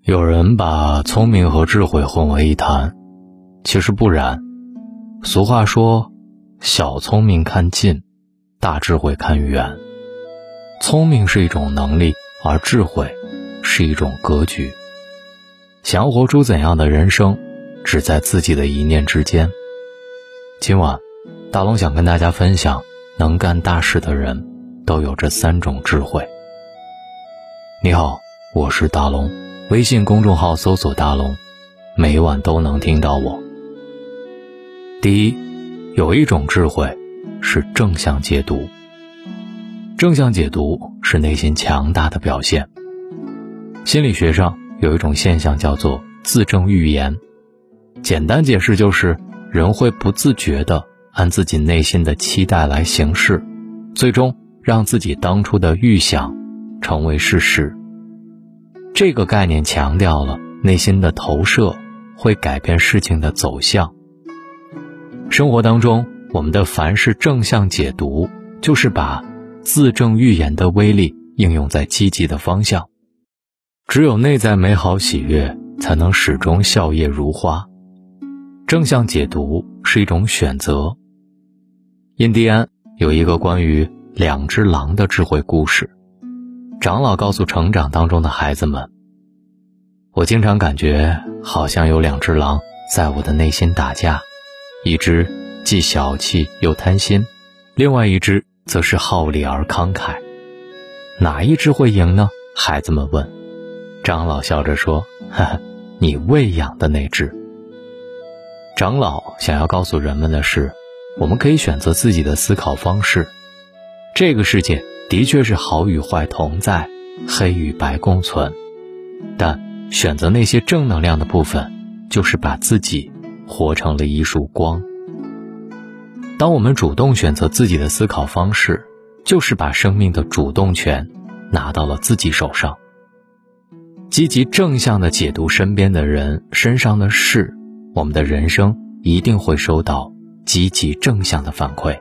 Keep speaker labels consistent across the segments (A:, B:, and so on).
A: 有人把聪明和智慧混为一谈，其实不然。俗话说，小聪明看近，大智慧看远。聪明是一种能力，而智慧是一种格局。想要活出怎样的人生，只在自己的一念之间。今晚，大龙想跟大家分享，能干大事的人都有这3种智慧。你好，我是大龙，微信公众号搜索大龙，每晚都能听到我。第一，有一种智慧是正向解读。正向解读是内心强大的表现。心理学上有一种现象叫做自证预言，简单解释就是人会不自觉地按自己内心的期待来行事，最终让自己当初的预想成为事实。这个概念强调了内心的投射会改变事情的走向。生活当中，我们的凡事正向解读，就是把自证预言的威力应用在积极的方向。只有内在美好喜悦，才能始终笑靥如花。正向解读是一种选择。印第安有一个关于2只狼的智慧故事。长老告诉成长当中的孩子们，我经常感觉好像有2只狼在我的内心打架，一只既小气又贪心，另外一只则是好礼而慷慨。哪一只会赢呢？孩子们问。长老笑着说，哈哈，你喂养的那只。长老想要告诉人们的是，我们可以选择自己的思考方式。这个世界的确是好与坏同在，黑与白共存，但选择那些正能量的部分，就是把自己活成了一束光。当我们主动选择自己的思考方式，就是把生命的主动权拿到了自己手上。积极正向的解读身边的人身上的事，我们的人生一定会收到积极正向的反馈。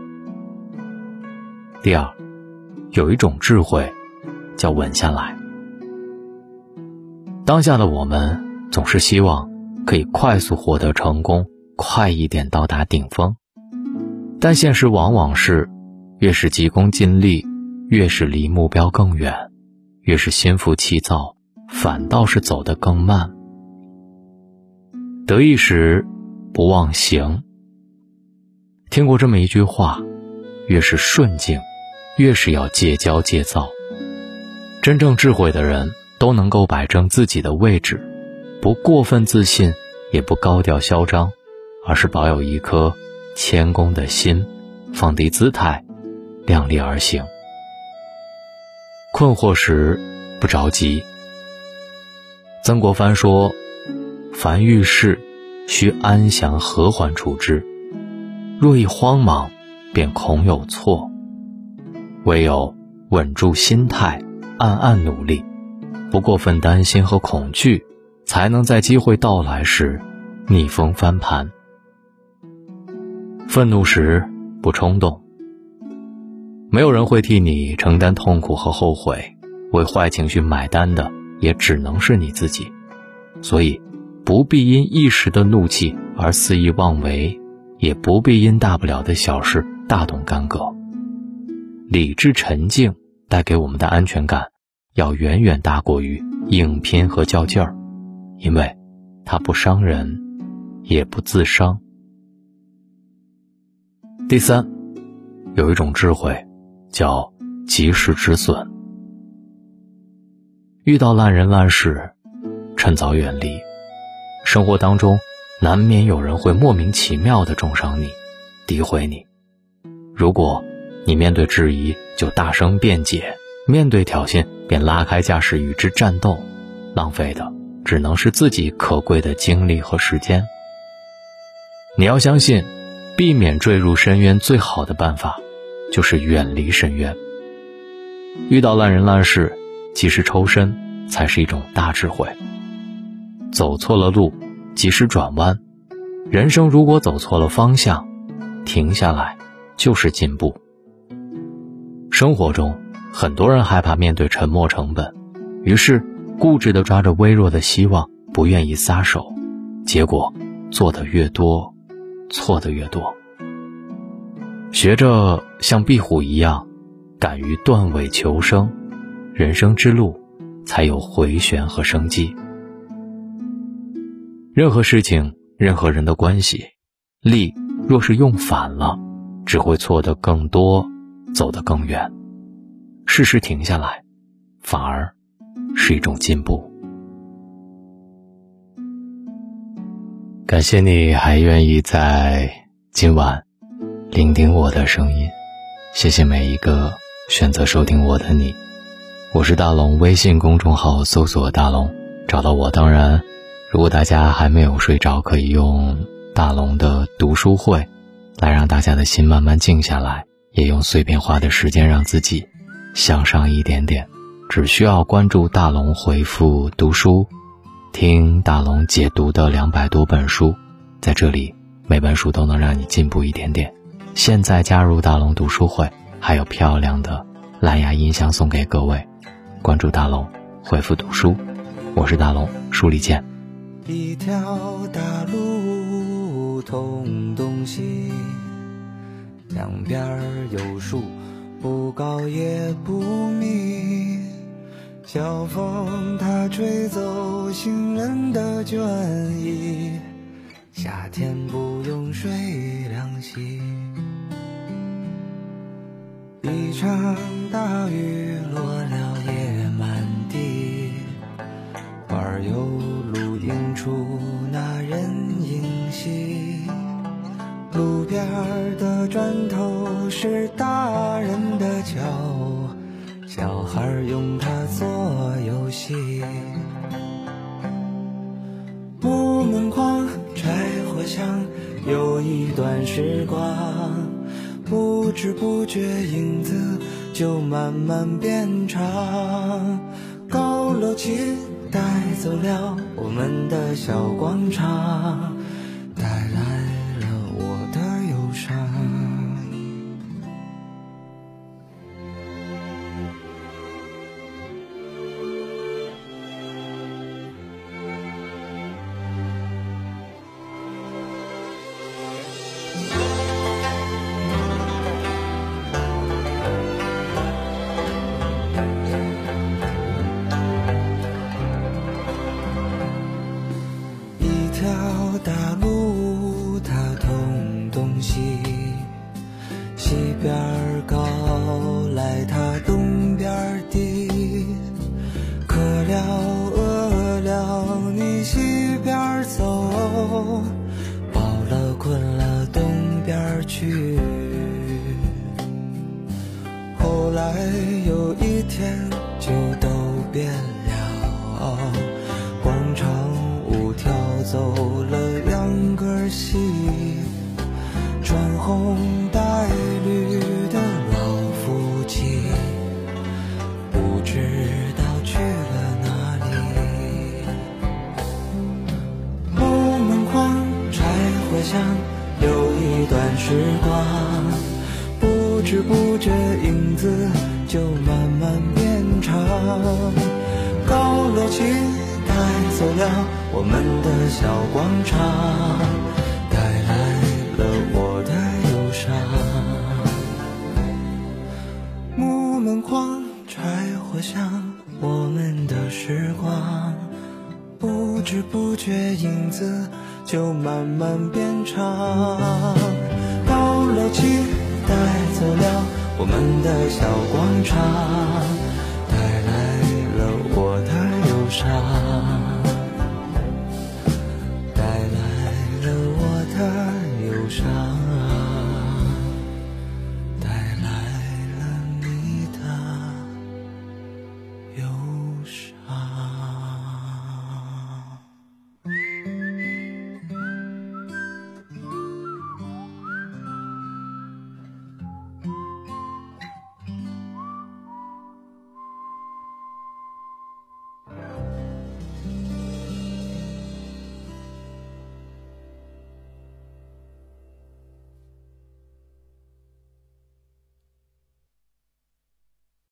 A: 第二，有一种智慧叫稳下来。当下的我们总是希望可以快速获得成功，快一点到达顶峰，但现实往往是越是急功近利，越是离目标更远，越是心浮气躁，反倒是走得更慢。得意时不忘形。听过这么一句话，越是顺境，越是要戒骄戒躁。真正智慧的人都能够摆正自己的位置，不过分自信，也不高调嚣张，而是保有一颗谦恭的心，放低姿态，量力而行。困惑时不着急。曾国藩说，凡遇事须安详和缓处之，若一慌忙，便恐有错。唯有稳住心态，暗暗努力，不过分担心和恐惧，才能在机会到来时逆风翻盘。愤怒时不冲动。没有人会替你承担痛苦和后悔，为坏情绪买单的也只能是你自己。所以不必因一时的怒气而肆意妄为，也不必因大不了的小事大动干戈。理智沉静带给我们的安全感要远远大过于硬拼和较劲儿，因为它不伤人，也不自伤。第三，有一种智慧叫及时止损。遇到烂人烂事，趁早远离。生活当中难免有人会莫名其妙地重伤你，诋毁你。如果你面对质疑就大声辩解，面对挑衅便拉开架势与之战斗，浪费的只能是自己可贵的精力和时间。你要相信，避免坠入深渊最好的办法就是远离深渊。遇到烂人烂事，及时抽身才是一种大智慧。走错了路，及时转弯。人生如果走错了方向，停下来就是进步。生活中很多人害怕面对沉没成本，于是固执地抓着微弱的希望，不愿意撒手，结果做得越多，错得越多。学着像壁虎一样敢于断尾求生，人生之路才有回旋和生机。任何事情，任何人的关系，力若是用反了，只会错得更多，走得更远。适时停下来，反而是一种进步。感谢你还愿意在今晚聆听我的声音，谢谢每一个选择收听我的你。我是大龙，微信公众号搜索大龙找到我。当然如果大家还没有睡着，可以用大龙的读书会来让大家的心慢慢静下来，也用碎片化的时间让自己向上一点点。只需要关注大龙，回复读书，听大龙解读的200多本书，在这里每本书都能让你进步一点点。现在加入大龙读书会，还有漂亮的蓝牙音箱送给各位。关注大龙，回复读书，我是大龙，书里见。
B: 一条大路通东西，两边有树，不高也不密。小风它吹走行人的倦意，夏天不用睡凉席。一场大雨落了夜满地，花有路映出那人影稀。路边的砖头是大人的桥，小孩用它做游戏。木门框柴火香，有一段时光，不知不觉影子就慢慢变长。高楼期带走了我们的小广场，带来了我的忧伤。一条大路它通东西，西边高来它东边低，渴了饿了你西边走，饱了困了东边去。后来有一天就都变了，广场舞跳走了2个戏，穿红带绿的老夫妻不知道去了哪里。木门框柴火香，有一段时光，不知不觉影子就慢慢变长。高楼期带走了我们的小广场，带来了我的忧伤。木门框柴火香，我们的时光，不知不觉影子就慢慢变长。高楼期带走了我们的小广场，